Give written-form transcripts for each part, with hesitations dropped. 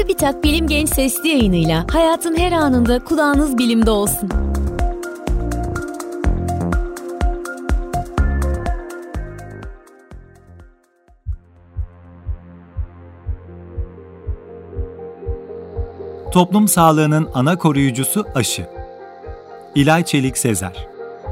TÜBİTAK Bilim Genç Sesli yayınıyla hayatın her anında kulağınız bilimde olsun. Toplum sağlığının ana koruyucusu aşı. İlay Çelik Sezer.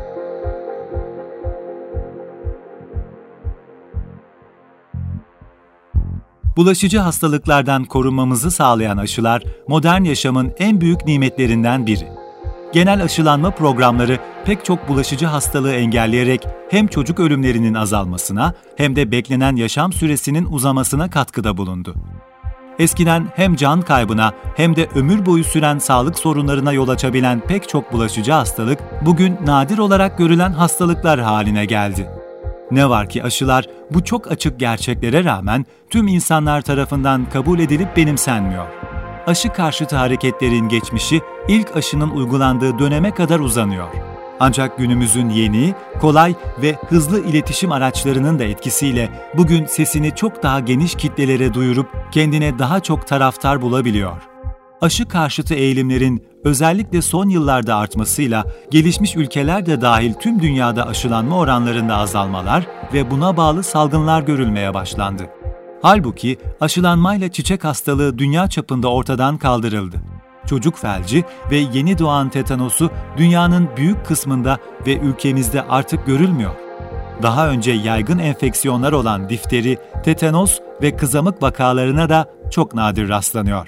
Bulaşıcı hastalıklardan korunmamızı sağlayan aşılar, modern yaşamın en büyük nimetlerinden biri. Genel aşılanma programları pek çok bulaşıcı hastalığı engelleyerek hem çocuk ölümlerinin azalmasına hem de beklenen yaşam süresinin uzamasına katkıda bulundu. Eskiden hem can kaybına hem de ömür boyu süren sağlık sorunlarına yol açabilen pek çok bulaşıcı hastalık, bugün nadir olarak görülen hastalıklar haline geldi. Ne var ki aşılar bu çok açık gerçeklere rağmen tüm insanlar tarafından kabul edilip benimsenmiyor. Aşı karşıtı hareketlerin geçmişi ilk aşının uygulandığı döneme kadar uzanıyor. Ancak günümüzün yeni, kolay ve hızlı iletişim araçlarının da etkisiyle bugün sesini çok daha geniş kitlelere duyurup kendine daha çok taraftar bulabiliyor. Aşı karşıtı eğilimlerin özellikle son yıllarda artmasıyla gelişmiş ülkeler de dahil tüm dünyada aşılanma oranlarında azalmalar ve buna bağlı salgınlar görülmeye başlandı. Halbuki aşılanmayla çiçek hastalığı dünya çapında ortadan kaldırıldı. Çocuk felci ve yeni doğan tetanosu dünyanın büyük kısmında ve ülkemizde artık görülmüyor. Daha önce yaygın enfeksiyonlar olan difteri, tetanos ve kızamık vakalarına da çok nadir rastlanıyor.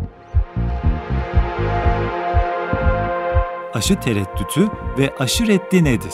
Aşı tereddütü ve aşı reddi nedir?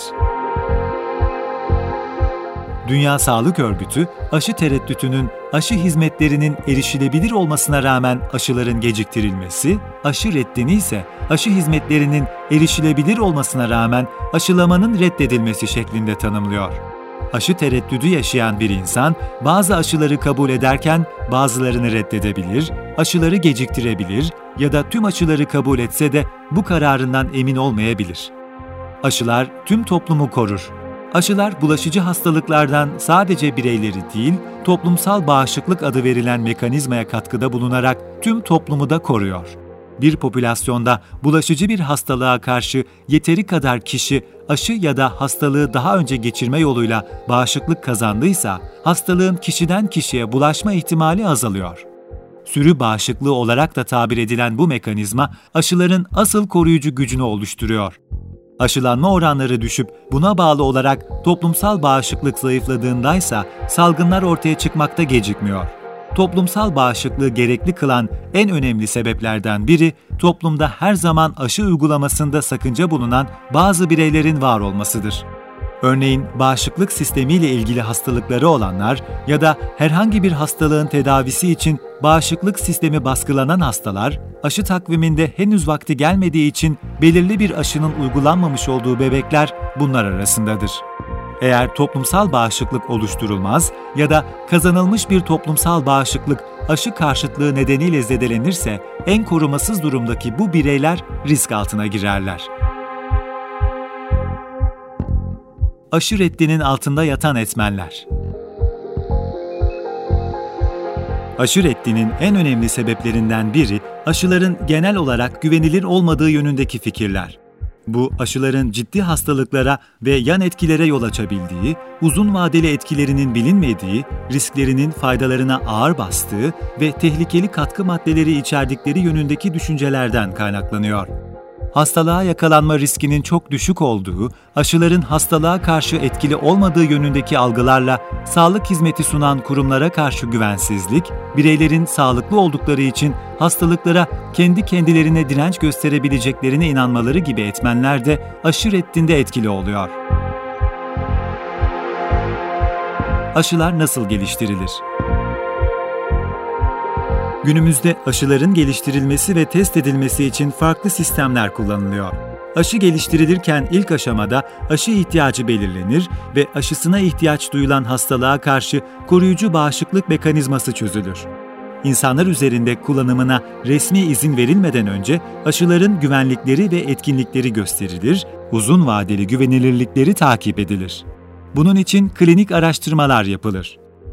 Dünya Sağlık Örgütü, aşı tereddütünün aşı hizmetlerinin erişilebilir olmasına rağmen aşıların geciktirilmesi, aşı reddini ise aşı hizmetlerinin erişilebilir olmasına rağmen aşılamanın reddedilmesi şeklinde tanımlıyor. Aşı tereddüdü yaşayan bir insan, bazı aşıları kabul ederken bazılarını reddedebilir, aşıları geciktirebilir ya da tüm aşıları kabul etse de bu kararından emin olmayabilir. Aşılar tüm toplumu korur. Aşılar bulaşıcı hastalıklardan sadece bireyleri değil, toplumsal bağışıklık adı verilen mekanizmaya katkıda bulunarak tüm toplumu da koruyor. Bir popülasyonda bulaşıcı bir hastalığa karşı yeteri kadar kişi aşı ya da hastalığı daha önce geçirme yoluyla bağışıklık kazandıysa, hastalığın kişiden kişiye bulaşma ihtimali azalıyor. Sürü bağışıklığı olarak da tabir edilen bu mekanizma, aşıların asıl koruyucu gücünü oluşturuyor. Aşılanma oranları düşüp buna bağlı olarak toplumsal bağışıklık zayıfladığındaysa salgınlar ortaya çıkmakta gecikmiyor. Toplumsal bağışıklığı gerekli kılan en önemli sebeplerden biri, toplumda her zaman aşı uygulamasında sakınca bulunan bazı bireylerin var olmasıdır. Örneğin bağışıklık sistemiyle ilgili hastalıkları olanlar ya da herhangi bir hastalığın tedavisi için bağışıklık sistemi baskılanan hastalar, aşı takviminde henüz vakti gelmediği için belirli bir aşının uygulanmamış olduğu bebekler bunlar arasındadır. Eğer toplumsal bağışıklık oluşturulmaz ya da kazanılmış bir toplumsal bağışıklık aşı karşıtlığı nedeniyle zedelenirse en korumasız durumdaki bu bireyler risk altına girerler. Aşı reddinin altında yatan etmenler. Aşı reddinin en önemli sebeplerinden biri, aşıların genel olarak güvenilir olmadığı yönündeki fikirler. Bu, aşıların ciddi hastalıklara ve yan etkilere yol açabildiği, uzun vadeli etkilerinin bilinmediği, risklerinin faydalarına ağır bastığı ve tehlikeli katkı maddeleri içerdikleri yönündeki düşüncelerden kaynaklanıyor. Hastalığa yakalanma riskinin çok düşük olduğu, aşıların hastalığa karşı etkili olmadığı yönündeki algılarla sağlık hizmeti sunan kurumlara karşı güvensizlik, bireylerin sağlıklı oldukları için hastalıklara kendi kendilerine direnç gösterebileceklerine inanmaları gibi etmenler de aşı reddinde etkili oluyor. Aşılar nasıl geliştirilir? Günümüzde aşıların geliştirilmesi ve test edilmesi için farklı sistemler kullanılıyor. Aşı geliştirilirken ilk aşamada aşı ihtiyacı belirlenir ve aşısına ihtiyaç duyulan hastalığa karşı koruyucu bağışıklık mekanizması çözülür. İnsanlar üzerinde kullanımına resmi izin verilmeden önce aşıların güvenlikleri ve etkinlikleri gösterilir, uzun vadeli güvenilirlikleri takip edilir. Bunun için klinik araştırmalar yapılır.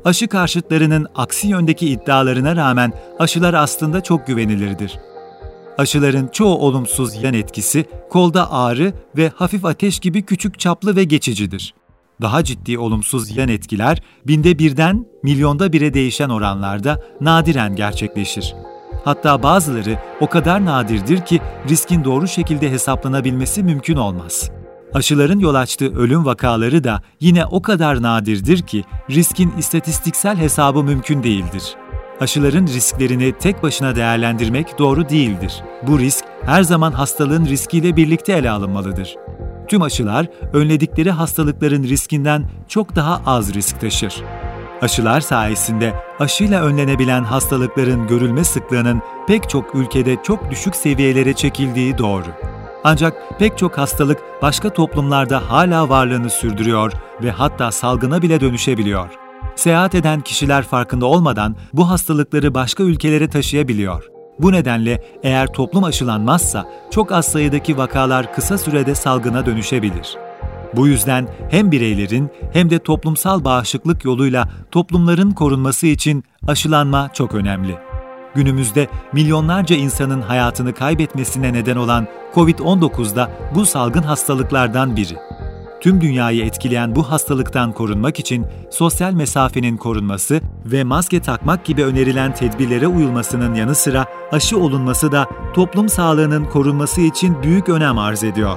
Aşı karşıtlarının aksi yöndeki iddialarına rağmen aşılar aslında çok güvenilirdir. Aşıların çoğu olumsuz yan etkisi kolda ağrı ve hafif ateş gibi küçük çaplı ve geçicidir. Daha ciddi olumsuz yan etkiler binde birden milyonda bire değişen oranlarda nadiren gerçekleşir. Hatta bazıları o kadar nadirdir ki riskin doğru şekilde hesaplanabilmesi mümkün olmaz. Aşıların yol açtığı ölüm vakaları da yine o kadar nadirdir ki riskin istatistiksel hesabı mümkün değildir. Aşıların risklerini tek başına değerlendirmek doğru değildir. Bu risk her zaman hastalığın riskiyle birlikte ele alınmalıdır. Tüm aşılar önledikleri hastalıkların riskinden çok daha az risk taşır. Aşılar sayesinde aşıyla önlenebilen hastalıkların görülme sıklığının pek çok ülkede çok düşük seviyelere çekildiği doğru. Ancak pek çok hastalık başka toplumlarda hala varlığını sürdürüyor ve hatta salgına bile dönüşebiliyor. Seyahat eden kişiler farkında olmadan bu hastalıkları başka ülkelere taşıyabiliyor. Bu nedenle eğer toplum aşılanmazsa çok az sayıdaki vakalar kısa sürede salgına dönüşebilir. Bu yüzden hem bireylerin hem de toplumsal bağışıklık yoluyla toplumların korunması için aşılanma çok önemli. Günümüzde milyonlarca insanın hayatını kaybetmesine neden olan COVID-19 da bu salgın hastalıklardan biri. Tüm dünyayı etkileyen bu hastalıktan korunmak için sosyal mesafenin korunması ve maske takmak gibi önerilen tedbirlere uyulmasının yanı sıra aşı olunması da toplum sağlığının korunması için büyük önem arz ediyor.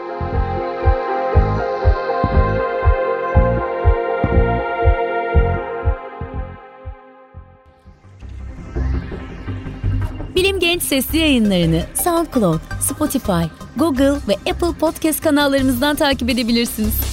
Bilim Genç sesli yayınlarını SoundCloud, Spotify, Google ve Apple Podcast kanallarımızdan takip edebilirsiniz.